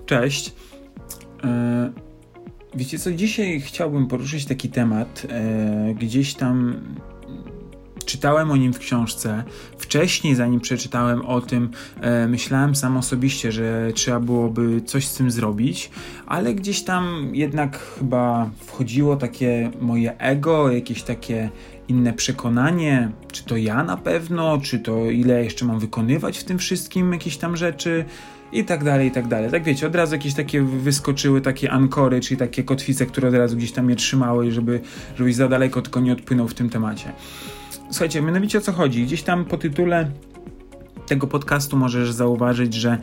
Cześć. Wiecie co, dzisiaj chciałbym poruszyć taki temat. Gdzieś tam czytałem o nim w książce. Wcześniej, zanim przeczytałem o tym, myślałem sam osobiście, że trzeba byłoby coś z tym zrobić, ale gdzieś tam jednak chyba wchodziło takie moje ego, jakieś takie inne przekonanie, czy to ja na pewno, czy to ile jeszcze mam wykonywać w tym wszystkim jakieś tam rzeczy i tak dalej, i tak dalej. Tak wiecie, od razu jakieś takie wyskoczyły takie ankory, czyli takie kotwice, które od razu gdzieś tam mnie trzymały, żebyś za daleko tylko nie odpłynął w tym temacie. Słuchajcie, mianowicie o co chodzi? Gdzieś tam po tytule tego podcastu możesz zauważyć, że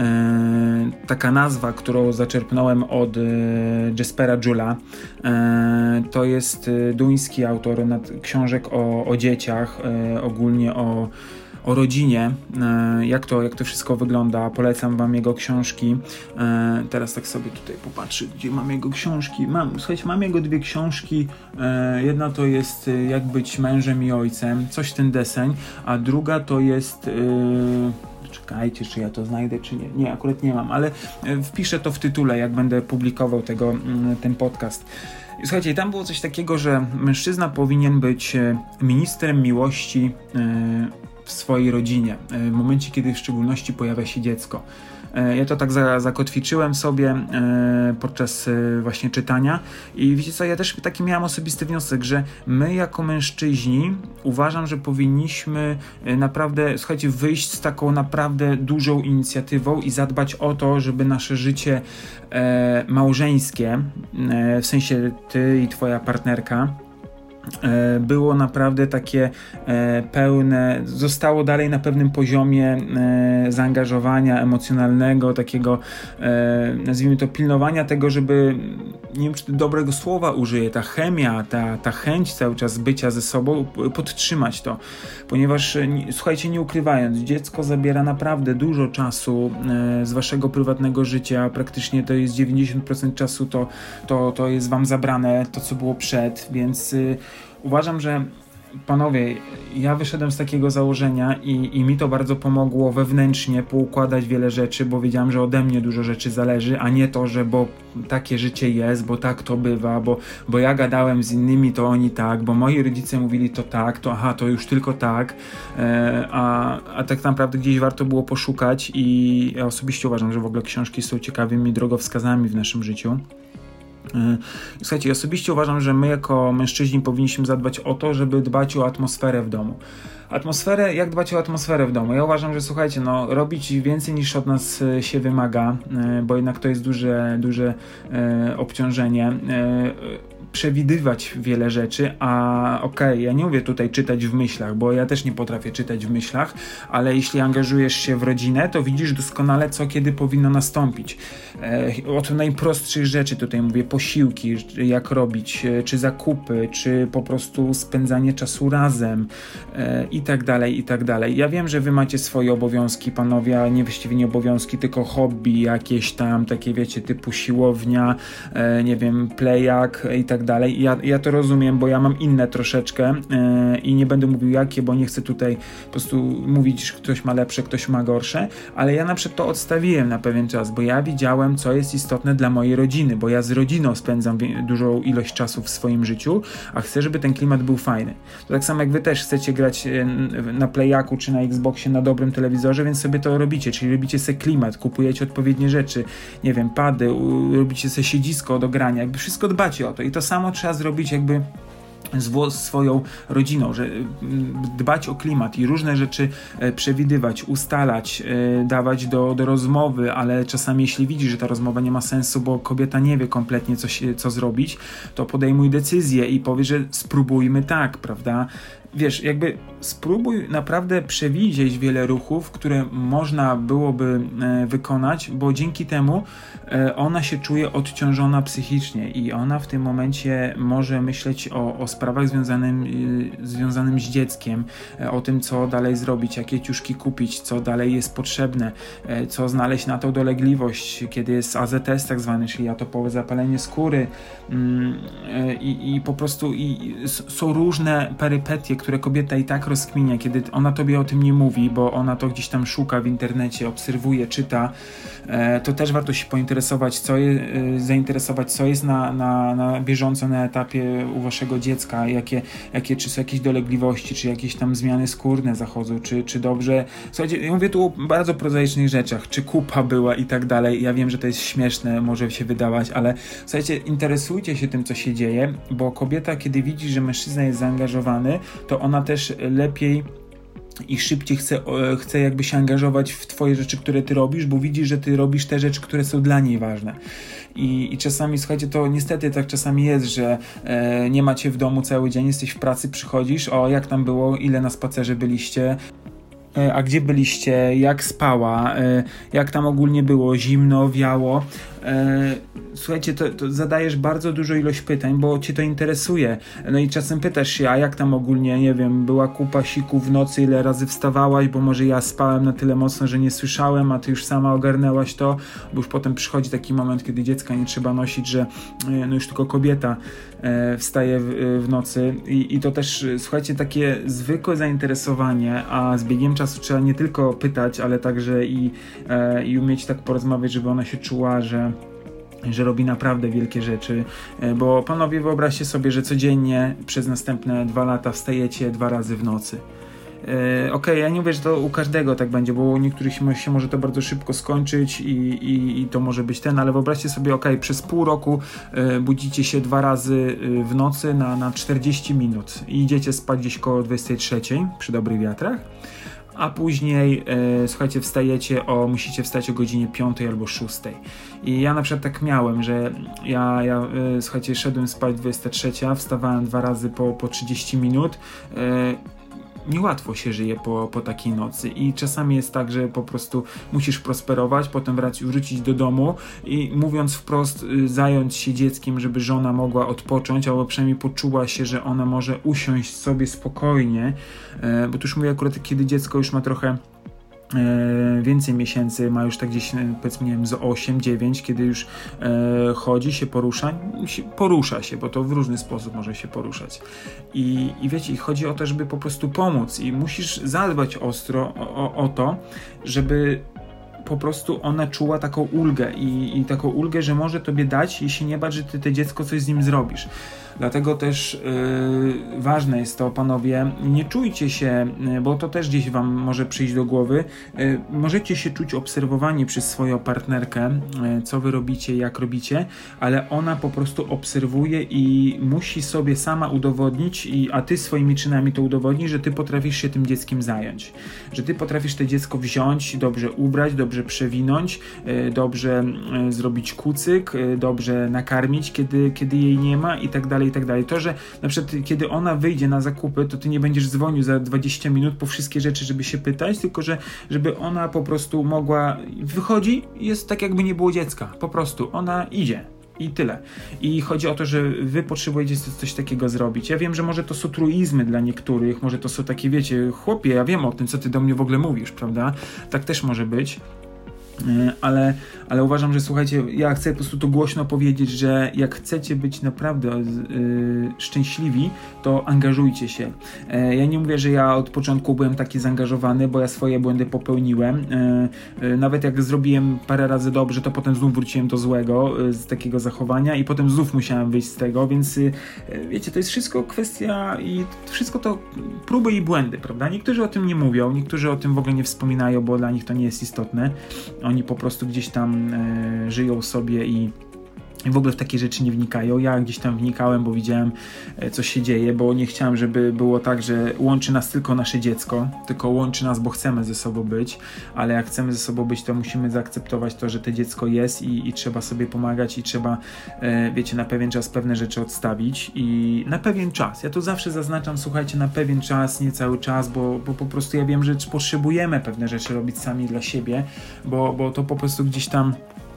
taka nazwa, którą zaczerpnąłem od Jespera Juula, to jest duński autor książek o dzieciach, ogólnie o rodzinie, jak to wszystko wygląda. Polecam wam jego książki. Teraz tak sobie tutaj popatrzę, gdzie mam jego książki. Mam jego dwie książki. Jedna to jest Jak być mężem i ojcem, coś ten deseń, a druga to jest czekajcie, czy ja to znajdę, czy nie. Nie, akurat nie mam, ale wpiszę to w tytule, jak będę publikował ten podcast. Słuchajcie, tam było coś takiego, że mężczyzna powinien być ministrem miłości w swojej rodzinie, w momencie, kiedy w szczególności pojawia się dziecko. Ja to tak zakotwiczyłem sobie podczas właśnie czytania i wiecie co, ja też taki miałem osobisty wniosek, że my jako mężczyźni uważam, że powinniśmy naprawdę, słuchajcie, wyjść z taką naprawdę dużą inicjatywą i zadbać o to, żeby nasze życie małżeńskie, w sensie ty i twoja partnerka, było naprawdę takie pełne, zostało dalej na pewnym poziomie zaangażowania emocjonalnego, takiego nazwijmy to pilnowania tego, żeby, nie wiem czy dobrego słowa użyję, ta chemia, ta chęć cały czas bycia ze sobą, podtrzymać to, ponieważ słuchajcie, nie ukrywając, dziecko zabiera naprawdę dużo czasu z waszego prywatnego życia, praktycznie to jest 90% czasu to jest wam zabrane, to co było przed, więc uważam, że panowie, ja wyszedłem z takiego założenia i mi to bardzo pomogło wewnętrznie poukładać wiele rzeczy, bo wiedziałem, że ode mnie dużo rzeczy zależy, a nie to, że bo takie życie jest, bo tak to bywa, bo ja gadałem z innymi, to oni tak, bo moi rodzice mówili to tak, to już tylko tak, a tak naprawdę gdzieś warto było poszukać i ja osobiście uważam, że w ogóle książki są ciekawymi drogowskazami w naszym życiu. Słuchajcie, osobiście uważam, że my jako mężczyźni powinniśmy zadbać o to, żeby dbać o atmosferę w domu. Jak dbać o atmosferę w domu? Ja uważam, że słuchajcie, robić więcej niż od nas się wymaga, bo jednak to jest duże obciążenie. Przewidywać wiele rzeczy, ja nie mówię tutaj czytać w myślach, bo ja też nie potrafię czytać w myślach, ale jeśli angażujesz się w rodzinę, to widzisz doskonale, co kiedy powinno nastąpić. Od najprostszych rzeczy tutaj mówię, posiłki, jak robić, czy zakupy, czy po prostu spędzanie czasu razem i tak dalej, i tak dalej. Ja wiem, że wy macie swoje obowiązki, panowie, a nie właściwie nie obowiązki, tylko hobby jakieś tam, takie wiecie, typu siłownia, nie wiem, plejak i tak dalej. Ja to rozumiem, bo ja mam inne troszeczkę i nie będę mówił jakie, bo nie chcę tutaj po prostu mówić, że ktoś ma lepsze, ktoś ma gorsze, ale ja na przykład to odstawiłem na pewien czas, bo ja widziałem, co jest istotne dla mojej rodziny, bo ja z rodziną spędzam dużą ilość czasu w swoim życiu, a chcę, żeby ten klimat był fajny. To tak samo jak wy też chcecie grać na Playaku czy na Xboxie na dobrym telewizorze, więc sobie to robicie, czyli robicie sobie klimat, kupujecie odpowiednie rzeczy, nie wiem, pady, robicie sobie siedzisko do grania, jakby wszystko dbacie o to i to samo trzeba zrobić jakby z swoją rodziną, że dbać o klimat i różne rzeczy przewidywać, ustalać, dawać do rozmowy, ale czasami jeśli widzisz, że ta rozmowa nie ma sensu, bo kobieta nie wie kompletnie co zrobić, to podejmuj decyzję i powie, że spróbujmy tak, prawda? Wiesz, jakby spróbuj naprawdę przewidzieć wiele ruchów, które można byłoby wykonać, bo dzięki temu ona się czuje odciążona psychicznie i ona w tym momencie może myśleć o sprawach związanym z dzieckiem, o tym, co dalej zrobić, jakie ciuszki kupić, co dalej jest potrzebne, co znaleźć na tą dolegliwość, kiedy jest AZS tak zwany, czyli atopowe zapalenie skóry i po prostu są różne perypetie, które kobieta i tak rozkminia, kiedy ona tobie o tym nie mówi, bo ona to gdzieś tam szuka w internecie, obserwuje, czyta, to też warto się pointeresować, zainteresować, co jest na bieżąco na etapie u waszego dziecka, czy są jakieś dolegliwości, czy jakieś tam zmiany skórne zachodzą, czy dobrze. Słuchajcie, ja mówię tu o bardzo prozaicznych rzeczach, czy kupa była i tak dalej. Ja wiem, że to jest śmieszne, może się wydawać, ale słuchajcie, interesujcie się tym, co się dzieje, bo kobieta, kiedy widzi, że mężczyzna jest zaangażowany, to ona też lepiej i szybciej chce jakby się angażować w twoje rzeczy, które ty robisz, bo widzi, że ty robisz te rzeczy, które są dla niej ważne. I czasami, słuchajcie, to niestety tak czasami jest, że nie macie w domu cały dzień, jesteś w pracy, przychodzisz, jak tam było, ile na spacerze byliście, a gdzie byliście, jak spała, jak tam ogólnie było, zimno, wiało. Słuchajcie, to zadajesz bardzo dużo ilość pytań, bo cię to interesuje. No i czasem pytasz się, a jak tam ogólnie, nie wiem, była kupa siku w nocy, ile razy wstawałaś, bo może ja spałem na tyle mocno, że nie słyszałem, a ty już sama ogarnęłaś to, bo już potem przychodzi taki moment, kiedy dziecka nie trzeba nosić, że no już tylko kobieta wstaje w nocy i to też, słuchajcie, takie zwykłe zainteresowanie, a z biegiem czasu trzeba nie tylko pytać, ale także i umieć tak porozmawiać, żeby ona się czuła, że robi naprawdę wielkie rzeczy, bo panowie, wyobraźcie sobie, że codziennie przez następne 2 lata wstajecie 2 razy w nocy. Okej, ja nie mówię, że to u każdego tak będzie, bo u niektórych się może to bardzo szybko skończyć i to może być ale wyobraźcie sobie, przez pół roku budzicie się 2 razy w nocy na 40 minut i idziecie spać gdzieś koło 23 przy dobrych wiatrach, a później, słuchajcie, musicie wstać o godzinie 5 albo 6. I ja na przykład tak miałem, że ja słuchajcie, szedłem spać 23, wstawałem 2 razy po 30 minut. Niełatwo się żyje po takiej nocy i czasami jest tak, że po prostu musisz prosperować, potem wrócić do domu i mówiąc wprost, zająć się dzieckiem, żeby żona mogła odpocząć, albo przynajmniej poczuła się, że ona może usiąść sobie spokojnie, bo tu już mówię akurat, kiedy dziecko już ma trochę więcej miesięcy, ma już tak gdzieś, powiedzmy, nie wiem, z 8-9, kiedy już chodzi, się porusza się, bo to w różny sposób może się poruszać. I wiecie, i chodzi o to, żeby po prostu pomóc i musisz zadbać ostro o to, żeby po prostu ona czuła taką ulgę i taką ulgę, że może tobie dać i się nie bać, że ty to dziecko coś z nim zrobisz. Dlatego też ważne jest to, panowie, nie czujcie się, bo to też gdzieś wam może przyjść do głowy, możecie się czuć obserwowani przez swoją partnerkę, co wy robicie, jak robicie, ale ona po prostu obserwuje i musi sobie sama udowodnić, a ty swoimi czynami to udowodnisz, że ty potrafisz się tym dzieckiem zająć, że ty potrafisz to dziecko wziąć, dobrze ubrać, dobrze przewinąć, dobrze zrobić kucyk, dobrze nakarmić, kiedy jej nie ma i tak dalej, i tak dalej. To, że na przykład kiedy ona wyjdzie na zakupy, to ty nie będziesz dzwonił za 20 minut po wszystkie rzeczy, żeby się pytać, tylko żeby ona po prostu mogła, wychodzi i jest tak, jakby nie było dziecka. Po prostu ona idzie. I tyle. I chodzi o to, że wy potrzebujecie coś takiego zrobić. Ja wiem, że może to są truizmy dla niektórych, może to są takie, wiecie, chłopie, ja wiem o tym, co ty do mnie w ogóle mówisz, prawda? Tak też może być. Ale uważam, że słuchajcie, ja chcę po prostu to głośno powiedzieć, że jak chcecie być naprawdę szczęśliwi, to angażujcie się. Ja nie mówię, że ja od początku byłem taki zaangażowany, bo ja swoje błędy popełniłem. Nawet jak zrobiłem parę razy dobrze, to potem znów wróciłem do złego z takiego zachowania i potem znów musiałem wyjść z tego, więc wiecie, to jest wszystko kwestia i wszystko to próby i błędy, prawda? Niektórzy o tym nie mówią, niektórzy o tym w ogóle nie wspominają, bo dla nich to nie jest istotne. Oni po prostu gdzieś tam żyją sobie i w ogóle w takie rzeczy nie wnikają. Ja gdzieś tam wnikałem, bo widziałem, co się dzieje, bo nie chciałem, żeby było tak, że łączy nas tylko nasze dziecko, tylko łączy nas, bo chcemy ze sobą być, ale jak chcemy ze sobą być, to musimy zaakceptować to, że to dziecko jest i trzeba sobie pomagać i trzeba, wiecie, na pewien czas pewne rzeczy odstawić i na pewien czas. Ja to zawsze zaznaczam, słuchajcie, na pewien czas, nie cały czas, bo po prostu ja wiem, że potrzebujemy pewne rzeczy robić sami dla siebie, bo to po prostu gdzieś tam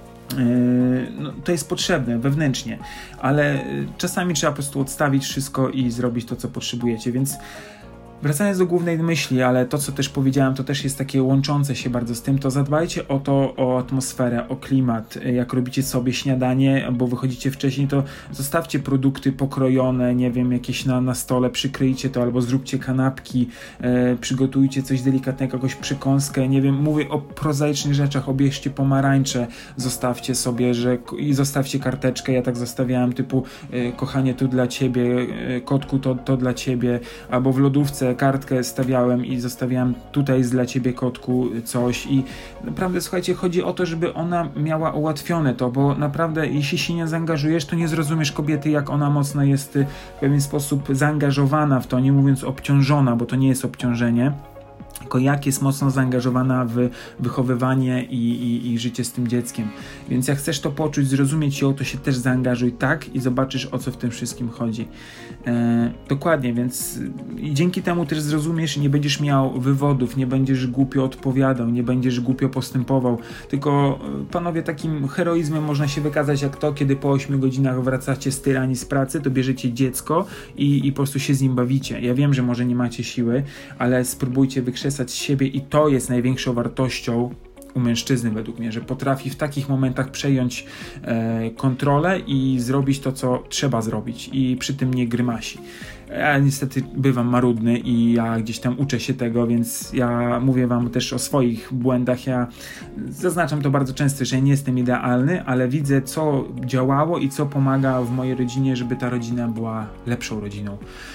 no, to jest potrzebne wewnętrznie, ale czasami trzeba po prostu odstawić wszystko i zrobić to, co potrzebujecie, więc Wracając do głównej myśli, ale to, co też powiedziałem, to też jest takie łączące się bardzo z tym, to zadbajcie o atmosferę, o klimat. Jak robicie sobie śniadanie, albo wychodzicie wcześniej, to zostawcie produkty pokrojone, nie wiem, jakieś na stole, przykryjcie to, albo zróbcie kanapki, przygotujcie coś delikatnego, jakąś przekąskę, nie wiem, mówię o prozaicznych rzeczach, obierzcie pomarańcze, zostawcie sobie, i zostawcie karteczkę, ja tak zostawiałem, typu kochanie, to dla ciebie, kotku, to dla ciebie, albo w lodówce kartkę stawiałem i zostawiałem, tutaj jest dla ciebie, kotku, coś. I naprawdę, słuchajcie, chodzi o to, żeby ona miała ułatwione to, bo naprawdę jeśli się nie zaangażujesz, to nie zrozumiesz kobiety, jak ona mocno jest w pewien sposób zaangażowana w to, nie mówiąc obciążona, bo to nie jest obciążenie, tylko jak jest mocno zaangażowana w wychowywanie i życie z tym dzieckiem. Więc jak chcesz to poczuć, zrozumieć ją, to się też zaangażuj, tak, i zobaczysz, o co w tym wszystkim chodzi. Dokładnie, więc dzięki temu też zrozumiesz i nie będziesz miał wywodów, nie będziesz głupio odpowiadał, nie będziesz głupio postępował, tylko panowie, takim heroizmem można się wykazać jak to, kiedy po 8 godzinach wracacie styrani z pracy, to bierzecie dziecko i po prostu się z nim bawicie. Ja wiem, że może nie macie siły, ale spróbujcie wykrzesać z siebie i to jest największą wartością u mężczyzny według mnie, że potrafi w takich momentach przejąć kontrolę i zrobić to, co trzeba zrobić i przy tym nie grymasi. Ja niestety bywam marudny i ja gdzieś tam uczę się tego, więc ja mówię wam też o swoich błędach. Ja zaznaczam to bardzo często, że ja nie jestem idealny, ale widzę, co działało i co pomaga w mojej rodzinie, żeby ta rodzina była lepszą rodziną.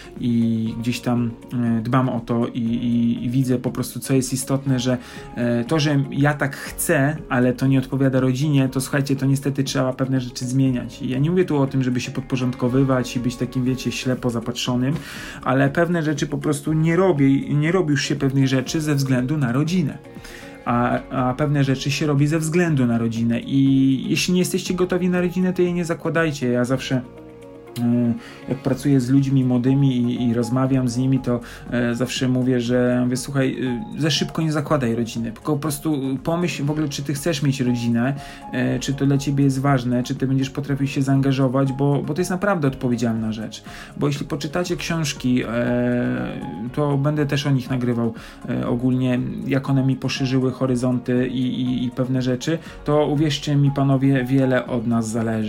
I gdzieś tam dbam o to i widzę po prostu, co jest istotne, że to, że ja tak chcę, ale to nie odpowiada rodzinie, to słuchajcie, to niestety trzeba pewne rzeczy zmieniać. I ja nie mówię tu o tym, żeby się podporządkowywać i być takim, wiecie, ślepo zapatrzonym, ale pewne rzeczy po prostu nie robi już się pewnych rzeczy ze względu na rodzinę. A pewne rzeczy się robi ze względu na rodzinę i jeśli nie jesteście gotowi na rodzinę, to jej nie zakładajcie. Ja zawsze jak pracuję z ludźmi młodymi i rozmawiam z nimi, to zawsze mówię, słuchaj, za szybko nie zakładaj rodziny, tylko po prostu pomyśl w ogóle, czy ty chcesz mieć rodzinę, czy to dla ciebie jest ważne, czy ty będziesz potrafił się zaangażować, bo to jest naprawdę odpowiedzialna rzecz, bo jeśli poczytacie książki, to będę też o nich nagrywał ogólnie, jak one mi poszerzyły horyzonty i pewne rzeczy, to uwierzcie mi, panowie, wiele od nas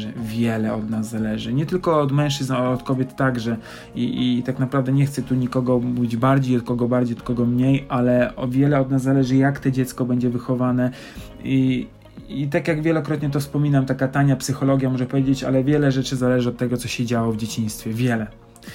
zależy, nie tylko od mężczyzn, ale od kobiet także i tak naprawdę nie chcę tu nikogo mówić bardziej, od kogo mniej, ale o wiele od nas zależy, jak to dziecko będzie wychowane i tak jak wielokrotnie to wspominam, taka tania psychologia może powiedzieć, ale wiele rzeczy zależy od tego, co się działo w dzieciństwie, wiele.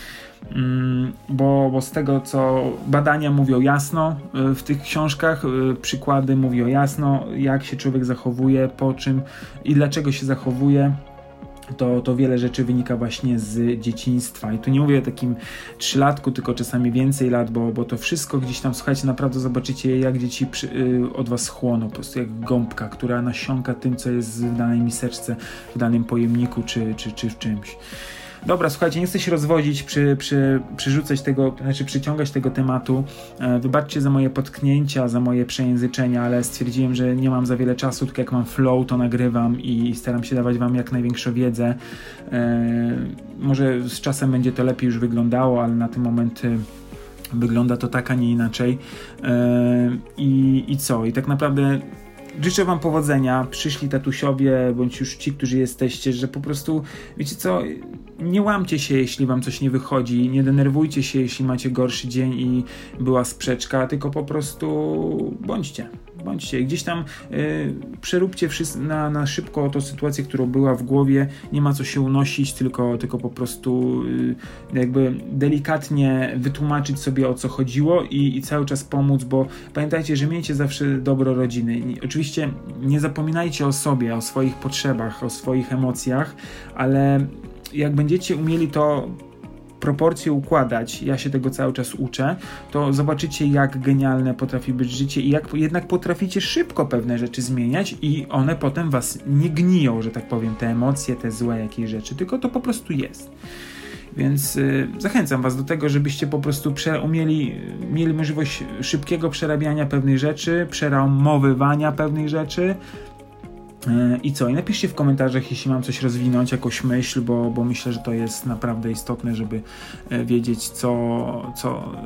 Bo z tego, co badania mówią jasno w tych książkach, przykłady mówią jasno, jak się człowiek zachowuje, po czym i dlaczego się zachowuje, to wiele rzeczy wynika właśnie z dzieciństwa. I tu nie mówię o takim 3-latku, tylko czasami więcej lat, bo to wszystko gdzieś tam, słuchajcie, naprawdę zobaczycie, jak dzieci od was chłoną, po prostu jak gąbka, która nasiąka tym, co jest w danej miseczce, w danym pojemniku, czy w czymś. Dobra, słuchajcie, nie chcę się rozwodzić, przyrzucać tego, przyciągać tego tematu. Wybaczcie za moje potknięcia, za moje przejęzyczenia, ale stwierdziłem, że nie mam za wiele czasu, tylko jak mam flow, to nagrywam i staram się dawać wam jak największą wiedzę. Może z czasem będzie to lepiej już wyglądało, ale na ten moment wygląda to tak, a nie inaczej. I co? I tak naprawdę życzę wam powodzenia, przyszli tatusiowie, bądź już ci, którzy jesteście, że po prostu, wiecie co, nie łamcie się, jeśli wam coś nie wychodzi, nie denerwujcie się, jeśli macie gorszy dzień i była sprzeczka, tylko po prostu bądźcie. Gdzieś tam przeróbcie na szybko tą sytuację, którą była w głowie, nie ma co się unosić, tylko po prostu jakby delikatnie wytłumaczyć sobie, o co chodziło i cały czas pomóc, bo pamiętajcie, że miejcie zawsze dobro rodziny. Oczywiście nie zapominajcie o sobie, o swoich potrzebach, o swoich emocjach, ale jak będziecie umieli to proporcje układać, ja się tego cały czas uczę, to zobaczycie, jak genialne potrafi być życie i jak jednak potraficie szybko pewne rzeczy zmieniać i one potem was nie gniją, że tak powiem, te emocje, te złe jakieś rzeczy, tylko to po prostu jest. Więc zachęcam was do tego, żebyście po prostu mieli możliwość szybkiego przerabiania pewnych rzeczy, przeramowywania pewnych rzeczy. I co? I napiszcie w komentarzach, jeśli mam coś rozwinąć, jakąś myśl, bo myślę, że to jest naprawdę istotne, żeby wiedzieć, co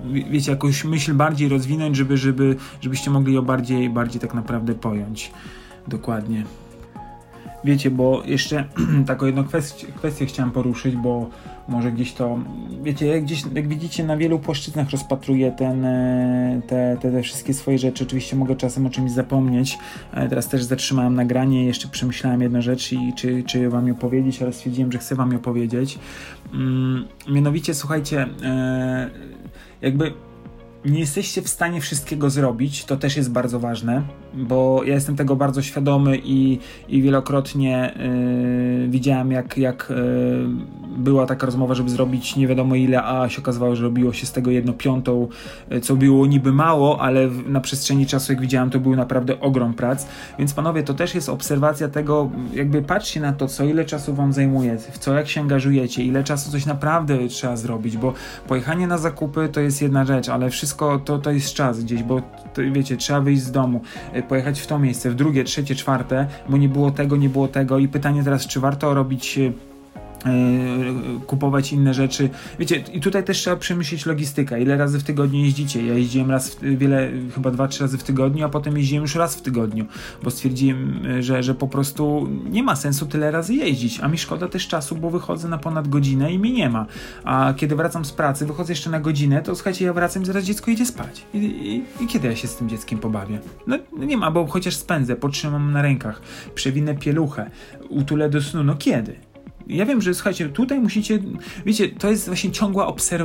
wiecie, jakąś myśl bardziej rozwinąć, żebyście mogli ją bardziej tak naprawdę pojąć. Dokładnie. Wiecie, bo jeszcze taką jedną kwestię chciałem poruszyć, bo może gdzieś to, wiecie, jak widzicie, na wielu płaszczyznach rozpatruję te wszystkie swoje rzeczy. Oczywiście mogę czasem o czymś zapomnieć. Teraz też zatrzymałem nagranie, jeszcze przemyślałem jedną rzecz i czy wam ją powiedzieć, ale stwierdziłem, że chcę wam ją powiedzieć. Mianowicie, słuchajcie, jakby nie jesteście w stanie wszystkiego zrobić, to też jest bardzo ważne, bo ja jestem tego bardzo świadomy i wielokrotnie widziałem, jak była taka rozmowa, żeby zrobić nie wiadomo ile, a się okazywało, że robiło się z tego 1/5, co było niby mało, ale na przestrzeni czasu, jak widziałem, to był naprawdę ogrom prac. Więc panowie, to też jest obserwacja tego, jakby patrzcie na to, co ile czasu wam zajmuje, w co jak się angażujecie, ile czasu coś naprawdę trzeba zrobić, bo pojechanie na zakupy to jest jedna rzecz, ale wszystko to jest czas gdzieś, bo to, wiecie, trzeba wyjść z domu, pojechać w to miejsce, w drugie, trzecie, czwarte, bo nie było tego i pytanie teraz, czy warto robić kupować inne rzeczy. Wiecie, i tutaj też trzeba przemyśleć logistykę. Ile razy w tygodniu jeździcie? Ja jeździłem chyba 2-3 razy w tygodniu, a potem jeździłem już raz w tygodniu, bo stwierdziłem, że po prostu nie ma sensu tyle razy jeździć, a mi szkoda też czasu, bo wychodzę na ponad godzinę i mnie nie ma. A kiedy wracam z pracy, wychodzę jeszcze na godzinę, to słuchajcie, ja wracam i zaraz dziecko idzie spać. I kiedy ja się z tym dzieckiem pobawię? No nie ma, bo chociaż spędzę, potrzymam na rękach, przewinę pieluchę, utulę do snu. No kiedy? Ja wiem, że słuchajcie, tutaj musicie, wiecie, to jest właśnie ciągła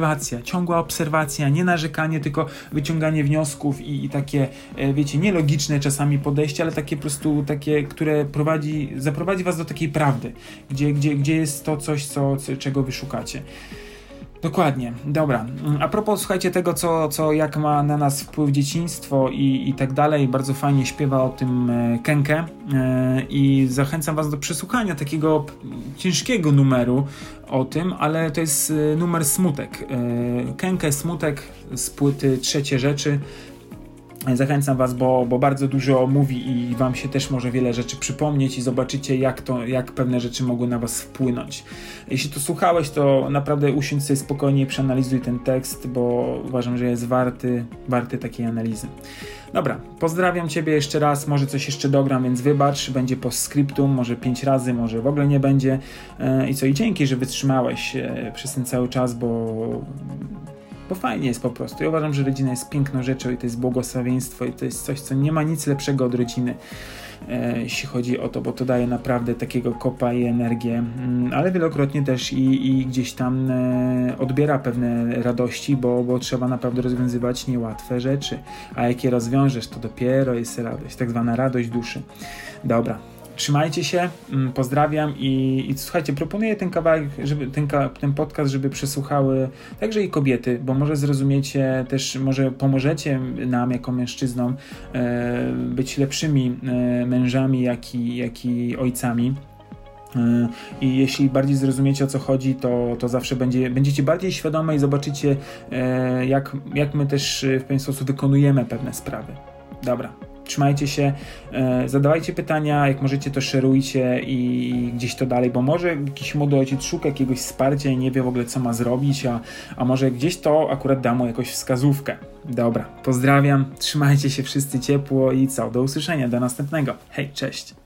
obserwacja, nie narzekanie, tylko wyciąganie wniosków i takie, wiecie, nielogiczne czasami podejście, ale takie po prostu, takie, które zaprowadzi was do takiej prawdy, gdzie jest to coś, czego wy szukacie. Dokładnie, dobra. A propos, słuchajcie, tego, jak ma na nas wpływ dzieciństwo i tak dalej, bardzo fajnie śpiewa o tym Kenke i zachęcam was do przesłuchania takiego ciężkiego numeru o tym, ale to jest numer Smutek. Kenke, Smutek z płyty Trzecie Rzeczy. Zachęcam was, bo bardzo dużo mówi i wam się też może wiele rzeczy przypomnieć i zobaczycie, jak pewne rzeczy mogły na was wpłynąć. Jeśli to słuchałeś, to naprawdę usiądź sobie spokojnie i przeanalizuj ten tekst, bo uważam, że jest warty takiej analizy. Dobra, pozdrawiam ciebie jeszcze raz, może coś jeszcze dogram, więc wybacz, będzie postscriptum, może 5 razy, może w ogóle nie będzie. I dzięki, że wytrzymałeś przez ten cały czas, bo fajnie jest po prostu. Ja uważam, że rodzina jest piękną rzeczą i to jest błogosławieństwo i to jest coś, co nie ma nic lepszego od rodziny, jeśli chodzi o to, bo to daje naprawdę takiego kopa i energię, ale wielokrotnie też i gdzieś tam odbiera pewne radości, bo trzeba naprawdę rozwiązywać niełatwe rzeczy, a jak je rozwiążesz, to dopiero jest radość, tak zwana radość duszy. Dobra. Trzymajcie się, pozdrawiam i słuchajcie, proponuję ten kawałek, ten podcast, żeby przesłuchały także i kobiety, bo może zrozumiecie też, może pomożecie nam jako mężczyznom być lepszymi mężami, jak i ojcami. I jeśli bardziej zrozumiecie, o co chodzi, to zawsze będziecie bardziej świadome i zobaczycie, jak my też w pewien sposób wykonujemy pewne sprawy. Dobra. Trzymajcie się, zadawajcie pytania, jak możecie to szerujcie i gdzieś to dalej, bo może jakiś młody ojciec szuka jakiegoś wsparcia i nie wie w ogóle, co ma zrobić, a może gdzieś to akurat da mu jakąś wskazówkę. Dobra, pozdrawiam, trzymajcie się wszyscy ciepło i do usłyszenia, do następnego. Hej, cześć!